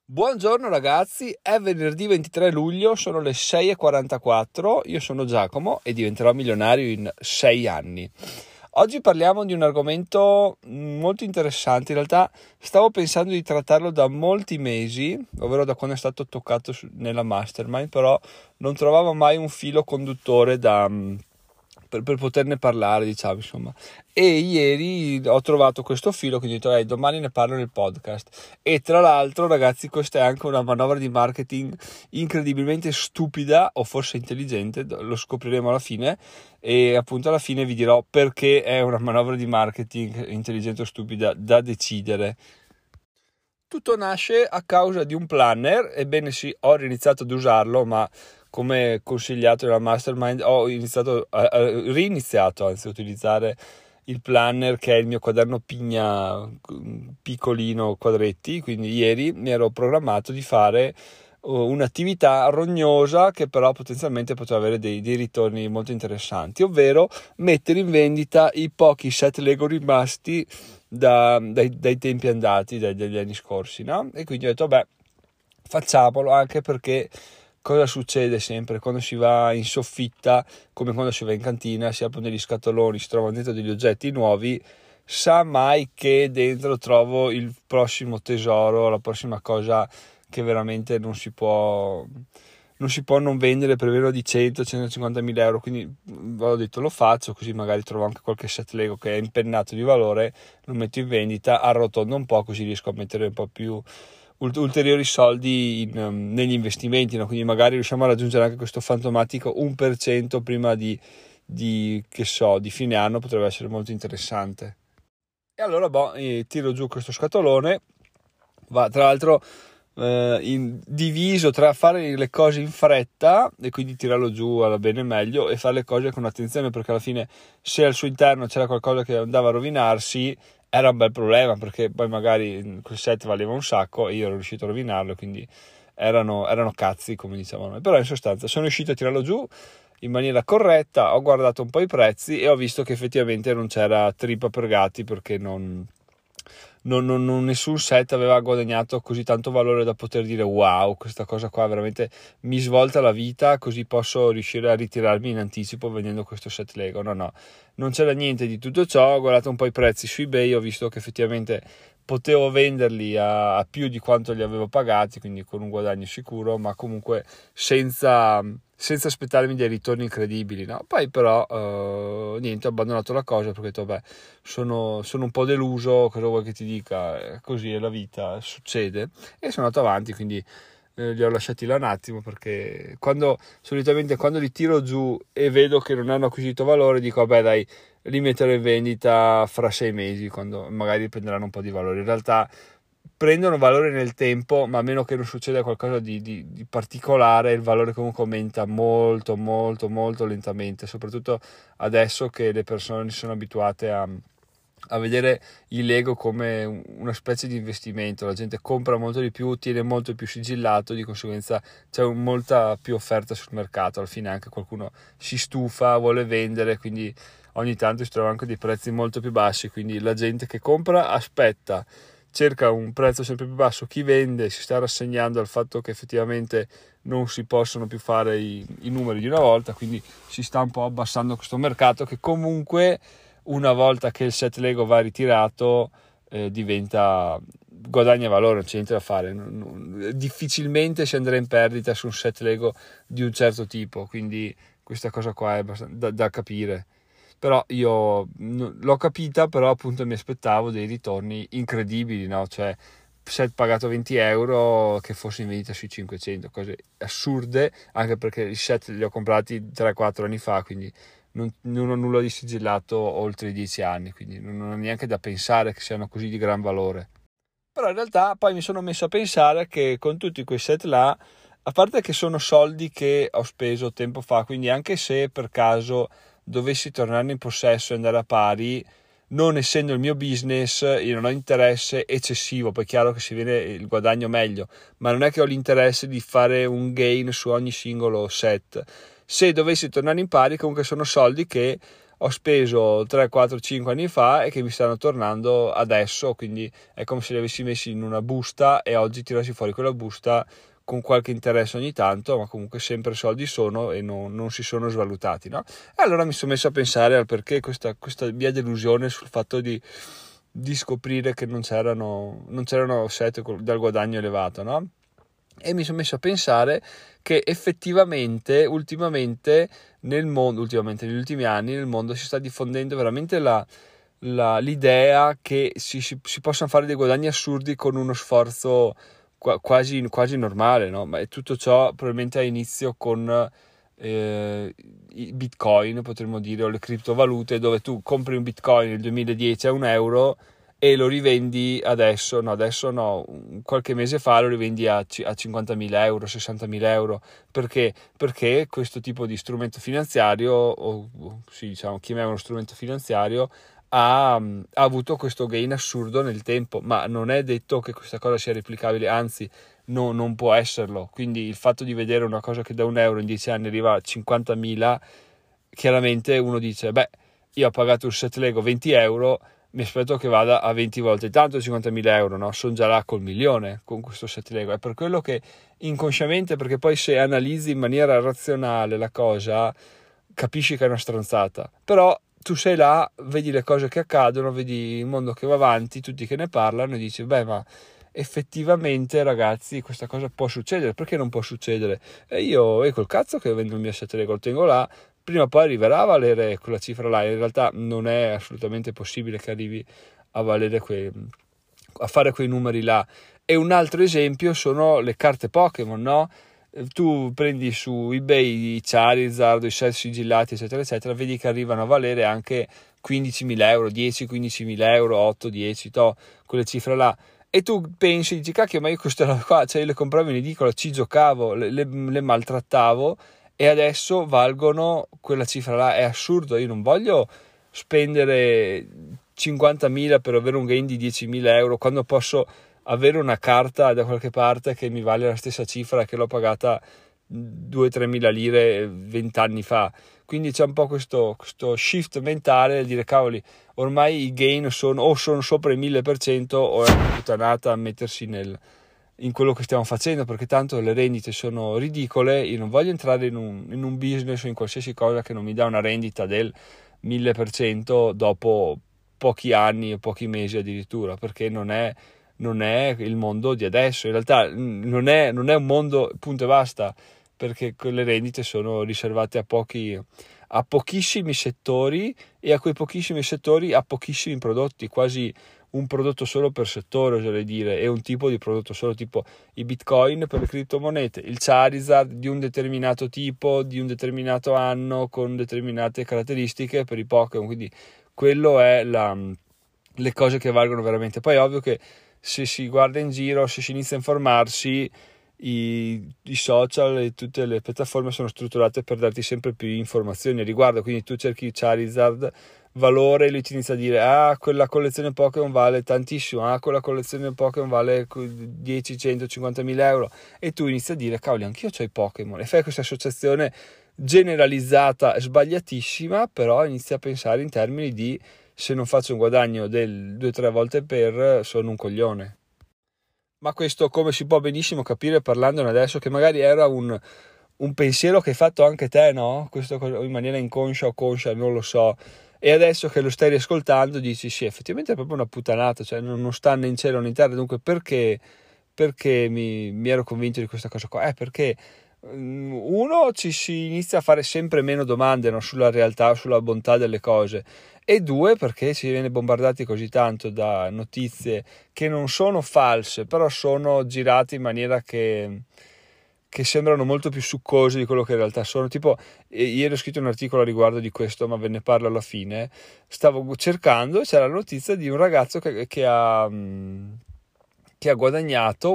Buongiorno ragazzi, è venerdì 23 luglio, sono le 6:44, io sono Giacomo e diventerò milionario in 6 anni. Oggi parliamo di un argomento molto interessante, in realtà stavo pensando di trattarlo da molti mesi, ovvero da quando è stato toccato nella mastermind, però non trovavo mai un filo conduttore per poterne parlare, diciamo, insomma. E ieri ho trovato questo filo, quindi ho detto, domani ne parlo nel podcast. E tra l'altro, ragazzi, questa è anche una manovra di marketing incredibilmente stupida, o forse intelligente, lo scopriremo alla fine. E appunto alla fine vi dirò perché è una manovra di marketing intelligente o stupida da decidere. Tutto nasce a causa di un planner, ebbene sì, ho iniziato ad usarlo, ma come consigliato nella mastermind ho riniziato anzi a utilizzare il planner, che è il mio quaderno pigna piccolino, quadretti. Quindi ieri mi ero programmato di fare un'attività rognosa che però potenzialmente poteva avere dei ritorni molto interessanti, ovvero mettere in vendita i pochi set Lego rimasti dai tempi andati, dagli anni scorsi, no? E quindi ho detto, facciamolo, anche perché cosa succede sempre quando si va in soffitta, come quando si va in cantina, si aprono degli scatoloni, si trovano dentro degli oggetti nuovi, sa mai che dentro trovo il prossimo tesoro, la prossima cosa che veramente non si può non vendere per meno di 100-150 mila euro. Quindi ho detto, lo faccio, così magari trovo anche qualche set Lego che è impennato di valore, lo metto in vendita, arrotondo un po', così riesco a mettere un po' più ulteriori soldi negli investimenti, no? Quindi magari riusciamo a raggiungere anche questo fantomatico 1% prima di fine anno. Potrebbe essere molto interessante. E allora tiro giù questo scatolone. Tra l'altro diviso tra fare le cose in fretta e quindi tirarlo giù alla bene meglio, e fare le cose con attenzione, perché alla fine se al suo interno c'era qualcosa che andava a rovinarsi era un bel problema, perché poi magari quel set valeva un sacco e io ero riuscito a rovinarlo, quindi erano cazzi, come diciamo noi. Però in sostanza sono riuscito a tirarlo giù in maniera corretta, ho guardato un po' i prezzi e ho visto che effettivamente non c'era trippa per gatti, perché nessun set aveva guadagnato così tanto valore da poter dire wow, questa cosa qua veramente mi svolta la vita, così posso riuscire a ritirarmi in anticipo vendendo questo set Lego. No, non c'era niente di tutto ciò. Ho guardato un po' i prezzi su eBay, ho visto che effettivamente potevo venderli a più di quanto li avevo pagati, quindi con un guadagno sicuro, ma comunque senza aspettarmi dei ritorni incredibili, no? Poi però niente, ho abbandonato la cosa, perché ho detto, sono un po' deluso, cosa vuoi che ti dica, così è la vita, succede, e sono andato avanti. Quindi li ho lasciati là un attimo, perché solitamente quando li tiro giù e vedo che non hanno acquisito valore, dico dai, li metterò in vendita fra 6 mesi, quando magari prenderanno un po' di valore. In realtà prendono valore nel tempo, ma a meno che non succeda qualcosa di particolare, il valore comunque aumenta molto molto molto lentamente, soprattutto adesso che le persone sono abituate a vedere il Lego come una specie di investimento. La gente compra molto di più, tiene molto più sigillato, di conseguenza c'è molta più offerta sul mercato. Alla fine anche qualcuno si stufa, vuole vendere, quindi ogni tanto si trovano anche dei prezzi molto più bassi, quindi la gente che compra aspetta, cerca un prezzo sempre più basso. Chi vende si sta rassegnando al fatto che effettivamente non si possono più fare i numeri di una volta, quindi si sta un po' abbassando questo mercato, che comunque una volta che il set Lego va ritirato guadagna valore, non c'è niente da fare. Difficilmente si andrà in perdita su un set Lego di un certo tipo, quindi questa cosa qua è da capire. Però io l'ho capita, però appunto mi aspettavo dei ritorni incredibili, no? Cioè set pagato 20 euro che fosse in vendita sui 500, cose assurde, anche perché i set li ho comprati 3-4 anni fa, quindi non ho nulla di sigillato oltre i 10 anni, quindi non ho neanche da pensare che siano così di gran valore. Però in realtà poi mi sono messo a pensare che con tutti quei set là, a parte che sono soldi che ho speso tempo fa, quindi anche se per caso dovessi tornarne in possesso e andare a pari, non essendo il mio business, io non ho interesse eccessivo. Poi è chiaro che si viene il guadagno meglio, ma non è che ho l'interesse di fare un gain su ogni singolo set. Se dovessi tornare in pari, comunque sono soldi che ho speso 3, 4, 5 anni fa e che mi stanno tornando adesso, quindi è come se li avessi messi in una busta e oggi tirassi fuori quella busta con qualche interesse ogni tanto, ma comunque sempre soldi sono e non si sono svalutati, no? E allora mi sono messo a pensare al perché questa mia delusione sul fatto di scoprire che non c'erano set dal guadagno elevato, no? E mi sono messo a pensare che effettivamente ultimamente negli ultimi anni nel mondo si sta diffondendo veramente l'idea che si possano fare dei guadagni assurdi con uno sforzo quasi normale, no? Ma tutto ciò probabilmente ha inizio con i bitcoin, potremmo dire, o le criptovalute, dove tu compri un bitcoin nel 2010 a €1 e lo rivendi adesso no, qualche mese fa lo rivendi a 50.000 euro, 60.000 euro. Perché? Perché questo tipo di strumento finanziario, o sì, diciamo, chiamiamolo strumento finanziario, ha avuto questo gain assurdo nel tempo, ma non è detto che questa cosa sia replicabile, anzi non può esserlo. Quindi il fatto di vedere una cosa che da €1 in 10 anni arriva a 50.000, chiaramente uno dice, beh, io ho pagato un set Lego 20 euro, mi aspetto che vada a 20 volte tanto 50.000 euro, no? Sono già là col milione con questo set Lego. È per quello che inconsciamente, perché poi se analizzi in maniera razionale la cosa, capisci che è una stronzata, però tu sei là, vedi le cose che accadono, vedi il mondo che va avanti, tutti che ne parlano e dici, beh, ma effettivamente, ragazzi, questa cosa può succedere, perché non può succedere? E io col cazzo che vendo il mio set Lego, lo tengo là, prima o poi arriverà a valere quella cifra là. In realtà non è assolutamente possibile che arrivi a valere a fare quei numeri là. E un altro esempio sono le carte Pokémon, no? Tu prendi su eBay i Charizard, i set sigillati, eccetera eccetera, vedi che arrivano a valere anche 15.000 euro, 10-15.000 euro, 8-10, quelle cifre là. E tu pensi, dici, cacchio, ma io queste robe qua, cioè io le compravo in edicola, ci giocavo, le maltrattavo e adesso valgono quella cifra là. È assurdo, io non voglio spendere 50.000 per avere un gain di 10.000 euro quando posso avere una carta da qualche parte che mi vale la stessa cifra che l'ho pagata 2-3 mila lire 20 anni fa. Quindi c'è un po' questo shift mentale del dire, cavoli, ormai i gain sono sopra il 1000% o è una puttanata a mettersi in quello che stiamo facendo, perché tanto le rendite sono ridicole. Io non voglio entrare in un business o in qualsiasi cosa che non mi dà una rendita del 1000% dopo pochi anni o pochi mesi addirittura, perché non è il mondo di adesso. In realtà non è un mondo punto e basta, perché quelle rendite sono riservate a pochissimi settori, e a quei pochissimi settori a pochissimi prodotti, quasi un prodotto solo per settore, oserei dire, e un tipo di prodotto solo, tipo i bitcoin per le criptomonete, il Charizard di un determinato tipo, di un determinato anno, con determinate caratteristiche per i Pokémon. Quindi quello è le cose che valgono veramente. Poi è ovvio che se si guarda in giro, se si inizia a informarsi, i social e tutte le piattaforme sono strutturate per darti sempre più informazioni a riguardo. Quindi tu cerchi Charizard valore e lui ti inizia a dire, quella collezione Pokémon vale tantissimo, quella collezione Pokémon vale 10-150.000 euro, e tu inizi a dire, cavoli, anch'io ho i Pokémon, e fai questa associazione generalizzata, sbagliatissima, però inizi a pensare in termini di, se non faccio un guadagno del 2-3 volte sono un coglione. Ma questo, come si può benissimo capire parlandone adesso, che magari era un pensiero che hai fatto anche te, no? Questo in maniera inconscia o conscia, non lo so. E adesso che lo stai riascoltando dici, sì, effettivamente è proprio una puttanata, cioè non sta né in cielo né in terra. Dunque perché mi ero convinto di questa cosa qua? Perché uno, ci si inizia a fare sempre meno domande, no? Sulla realtà, sulla bontà delle cose, e due, perché si viene bombardati così tanto da notizie che non sono false, però sono girate in maniera che sembrano molto più succose di quello che in realtà sono. Tipo, ieri ho scritto un articolo a riguardo di questo, ma ve ne parlo alla fine. Stavo cercando, c'era la notizia di un ragazzo che ha guadagnato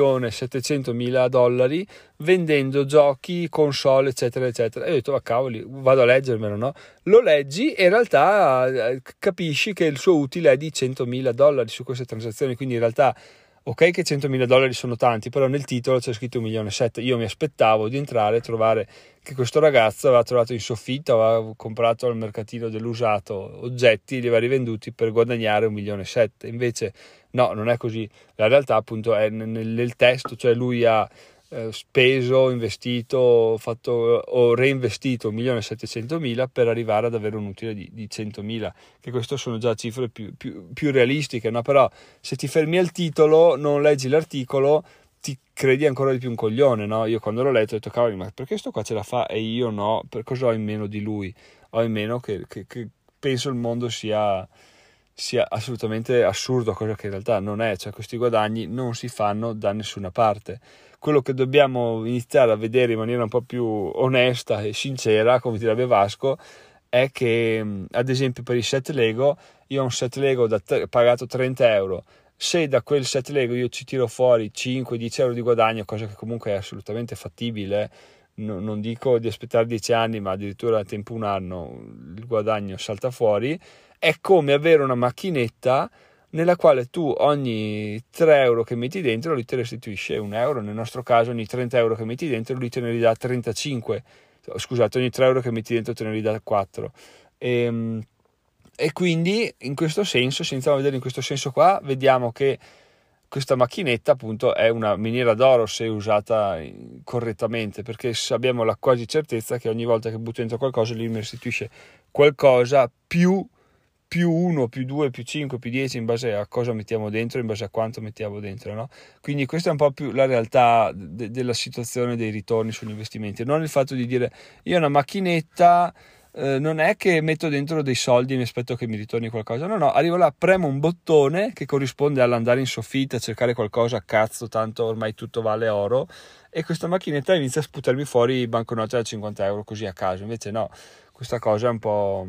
$1.700.000 vendendo giochi, console, eccetera eccetera. E ho detto, ma cavoli, vado a leggermelo, no? Lo leggi e in realtà capisci che il suo utile è di $100.000 su queste transazioni. Quindi in realtà ok che $100.000 sono tanti, però nel titolo c'è scritto 1,7 milioni. Io mi aspettavo di entrare e trovare che questo ragazzo aveva trovato in soffitta, aveva comprato al mercatino dell'usato oggetti, li aveva rivenduti per guadagnare 1,7 milioni. Invece no, non è così. La realtà appunto è nel testo, cioè lui ha speso, investito, fatto o reinvestito 1.700.000 per arrivare ad avere un utile di 100.000, che queste sono già cifre più realistiche, no? Però se ti fermi al titolo, non leggi l'articolo, ti credi ancora di più un coglione, no? Io quando l'ho letto ho detto, cavoli, ma perché sto qua ce la fa e io no? Per cosa ho in meno di lui? Ho in meno che penso il mondo sia assolutamente assurdo, cosa che in realtà non è, cioè questi guadagni non si fanno da nessuna parte. Quello che dobbiamo iniziare a vedere in maniera un po' più onesta e sincera, come direbbe Vasco, è che ad esempio per i set Lego, io ho un set Lego pagato 30 euro, se da quel set Lego io ci tiro fuori 5-10 euro di guadagno, cosa che comunque è assolutamente fattibile, non dico di aspettare 10 anni, ma addirittura a tempo un anno il guadagno salta fuori, è come avere una macchinetta nella quale tu ogni 3 euro che metti dentro lui ti restituisce 1 euro, nel nostro caso ogni 30 euro che metti dentro lui te ne ridà 35, scusate, ogni 3 euro che metti dentro te ne ridà 4. E quindi in questo senso, se iniziamo a vedere in questo senso qua, vediamo che questa macchinetta appunto è una miniera d'oro se usata correttamente, perché abbiamo la quasi certezza che ogni volta che butto dentro qualcosa lui mi restituisce qualcosa più 1, più 2, più 5, più 10 in base a cosa mettiamo dentro, in base a quanto mettiamo dentro, no? Quindi questa è un po' più la realtà della situazione dei ritorni sugli investimenti, non il fatto di dire io ho una macchinetta, non è che metto dentro dei soldi e mi aspetto che mi ritorni qualcosa, no, arrivo là, premo un bottone che corrisponde all'andare in soffitta a cercare qualcosa a cazzo, tanto ormai tutto vale oro, e questa macchinetta inizia a sputarmi fuori banconote da 50 euro così a caso. Invece no, questa cosa è un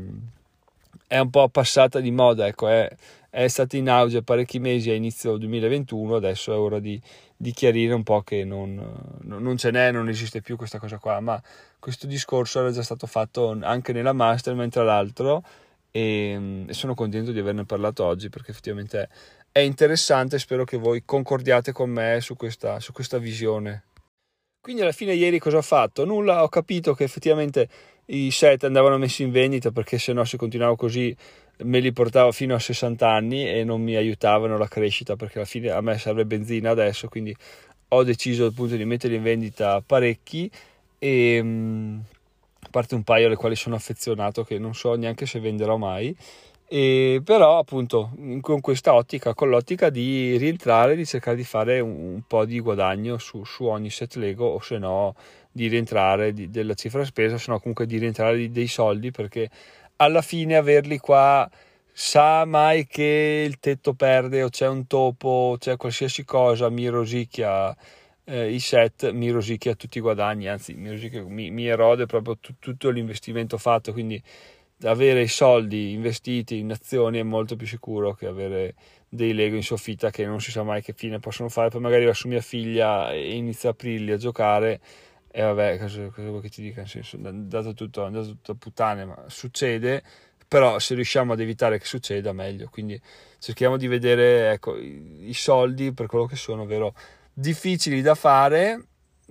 po' passata di moda, ecco, è stata in auge parecchi mesi a inizio 2021, adesso è ora di chiarire un po' che non ce n'è, non esiste più questa cosa qua, ma questo discorso era già stato fatto anche nella Mastermind tra l'altro, e sono contento di averne parlato oggi perché effettivamente è interessante. Spero che voi concordiate con me su questa visione. Quindi alla fine ieri cosa ho fatto? Nulla, ho capito che effettivamente i set andavano messi in vendita perché se no, se continuavo così me li portavo fino a 60 anni e non mi aiutavano la crescita, perché alla fine a me serve benzina adesso, quindi ho deciso appunto di metterli in vendita parecchi, e a parte un paio alle quali sono affezionato che non so neanche se venderò mai, e però appunto con questa ottica, con l'ottica di rientrare, di cercare di fare un po' di guadagno su ogni set Lego, o se no di rientrare della cifra spesa, se no comunque di rientrare dei soldi, perché alla fine averli qua, sa mai che il tetto perde o c'è un topo, c'è qualsiasi cosa, mi rosicchia i set, mi rosicchia tutti i guadagni, anzi mi erode proprio tutto l'investimento fatto. Quindi avere i soldi investiti in azioni è molto più sicuro che avere dei Lego in soffitta che non si sa mai che fine possono fare. Poi magari va su mia figlia e inizia a aprirli, a giocare, e vabbè, cosa vuoi che ti dica, nel senso, è andato tutto a puttane, ma succede. Però se riusciamo ad evitare che succeda, meglio. Quindi cerchiamo di vedere, ecco, i soldi per quello che sono, ovvero difficili da fare,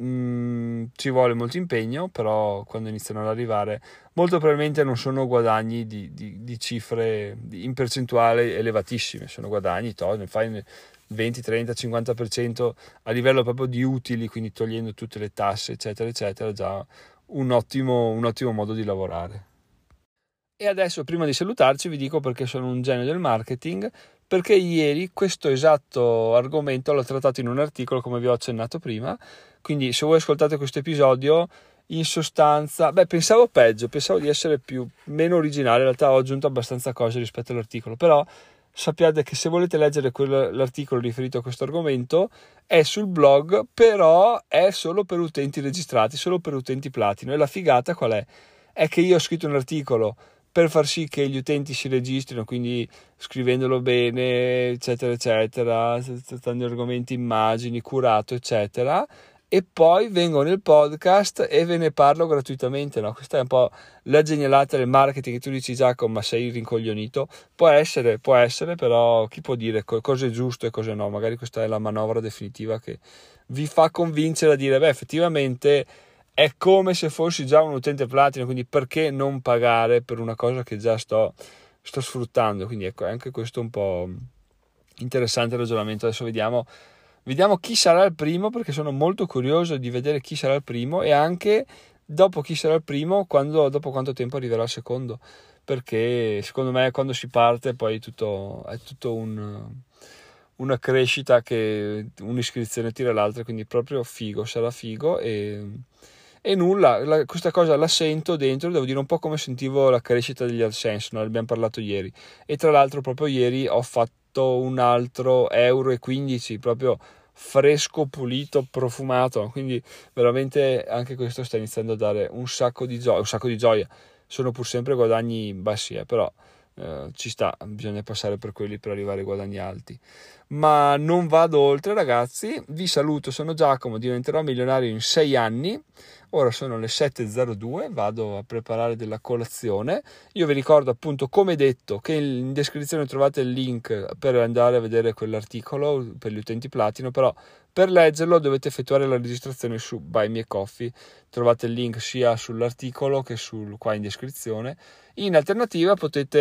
ci vuole molto impegno, però quando iniziano ad arrivare molto probabilmente non sono guadagni di cifre in percentuale elevatissime, sono guadagni, ne fai 20, 30, 50% a livello proprio di utili, quindi togliendo tutte le tasse eccetera eccetera, già un ottimo modo di lavorare. E adesso, prima di salutarci, vi dico perché sono un genio del marketing, perché ieri questo esatto argomento l'ho trattato in un articolo, come vi ho accennato prima. Quindi se voi ascoltate questo episodio, in sostanza, pensavo peggio, pensavo di essere meno originale, in realtà ho aggiunto abbastanza cose rispetto all'articolo, però sappiate che se volete leggere l'articolo riferito a questo argomento è sul blog, però è solo per utenti registrati, solo per utenti platino. E la figata qual è? È che io ho scritto un articolo per far sì che gli utenti si registrino, quindi scrivendolo bene, eccetera, eccetera, trattando argomenti, immagini, curato, eccetera, e poi vengo nel podcast e ve ne parlo gratuitamente, no? Questa è un po' la genialata del marketing, che tu dici Giacomo, ma sei rincoglionito? Può essere, però chi può dire cosa è giusto e cosa no? Magari questa è la manovra definitiva che vi fa convincere a dire, beh, effettivamente è come se fossi già un utente platino, quindi perché non pagare per una cosa che già sto sfruttando? Quindi ecco, è anche questo un po' interessante il ragionamento. Adesso vediamo chi sarà il primo, perché sono molto curioso di vedere chi sarà il primo, e anche dopo chi sarà il primo, dopo quanto tempo arriverà il secondo, perché secondo me quando si parte poi è tutto una crescita, che un'iscrizione tira l'altra, quindi proprio figo, sarà figo. E nulla, questa cosa la sento dentro, devo dire un po' come sentivo la crescita degli AdSense, ne abbiamo parlato ieri, e tra l'altro proprio ieri ho fatto un altro €1,15, proprio fresco, pulito, profumato, quindi veramente anche questo sta iniziando a dare un sacco di gioia. Sono pur sempre guadagni bassi, però ci sta, bisogna passare per quelli per arrivare ai guadagni alti. Ma non vado oltre, ragazzi, vi saluto, sono Giacomo, diventerò milionario in 6 anni. Ora sono le 7:02, vado a preparare della colazione. Io vi ricordo, appunto, come detto, che in descrizione trovate il link per andare a vedere quell'articolo per gli utenti platino, però per leggerlo dovete effettuare la registrazione su Buy Me a Coffee. Trovate il link sia sull'articolo che qua in descrizione. In alternativa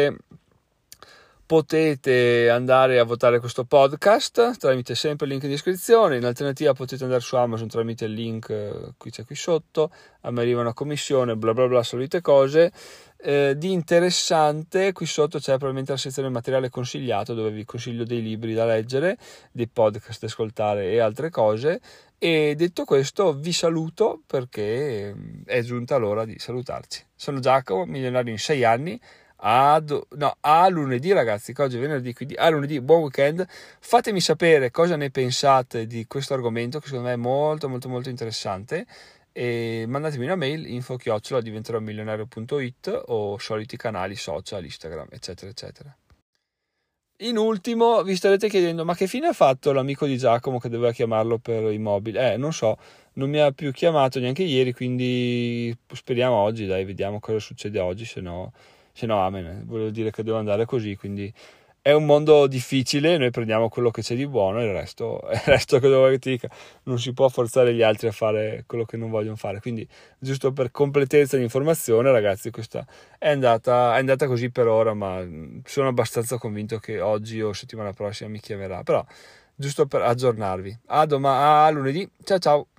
potete andare a votare questo podcast tramite sempre il link in descrizione. In alternativa potete andare su Amazon tramite il link qui sotto. A me arriva una commissione, bla bla bla, solite cose. Di interessante qui sotto c'è probabilmente la sezione materiale consigliato, dove vi consiglio dei libri da leggere, dei podcast da ascoltare e altre cose. E detto questo vi saluto, perché è giunta l'ora di salutarci. Sono Giacomo, milionario in 6 anni. A lunedì, ragazzi, che oggi è venerdì, quindi a lunedì, buon weekend. Fatemi sapere cosa ne pensate di questo argomento, che secondo me è molto molto molto interessante, e mandatemi una mail, info@diventeromilionario.it, o soliti canali social, Instagram, eccetera eccetera. In ultimo vi starete chiedendo, ma che fine ha fatto l'amico di Giacomo che doveva chiamarlo per i mobili? Non so, non mi ha più chiamato neanche ieri, quindi speriamo oggi, dai, vediamo cosa succede oggi, se no amen, volevo dire che devo andare così, quindi è un mondo difficile, noi prendiamo quello che c'è di buono, e il resto che devo che ti dica, non si può forzare gli altri a fare quello che non vogliono fare. Quindi, giusto per completezza di informazione, ragazzi, questa è andata così per ora, ma sono abbastanza convinto che oggi o settimana prossima mi chiamerà, però giusto per aggiornarvi. A lunedì, ciao ciao.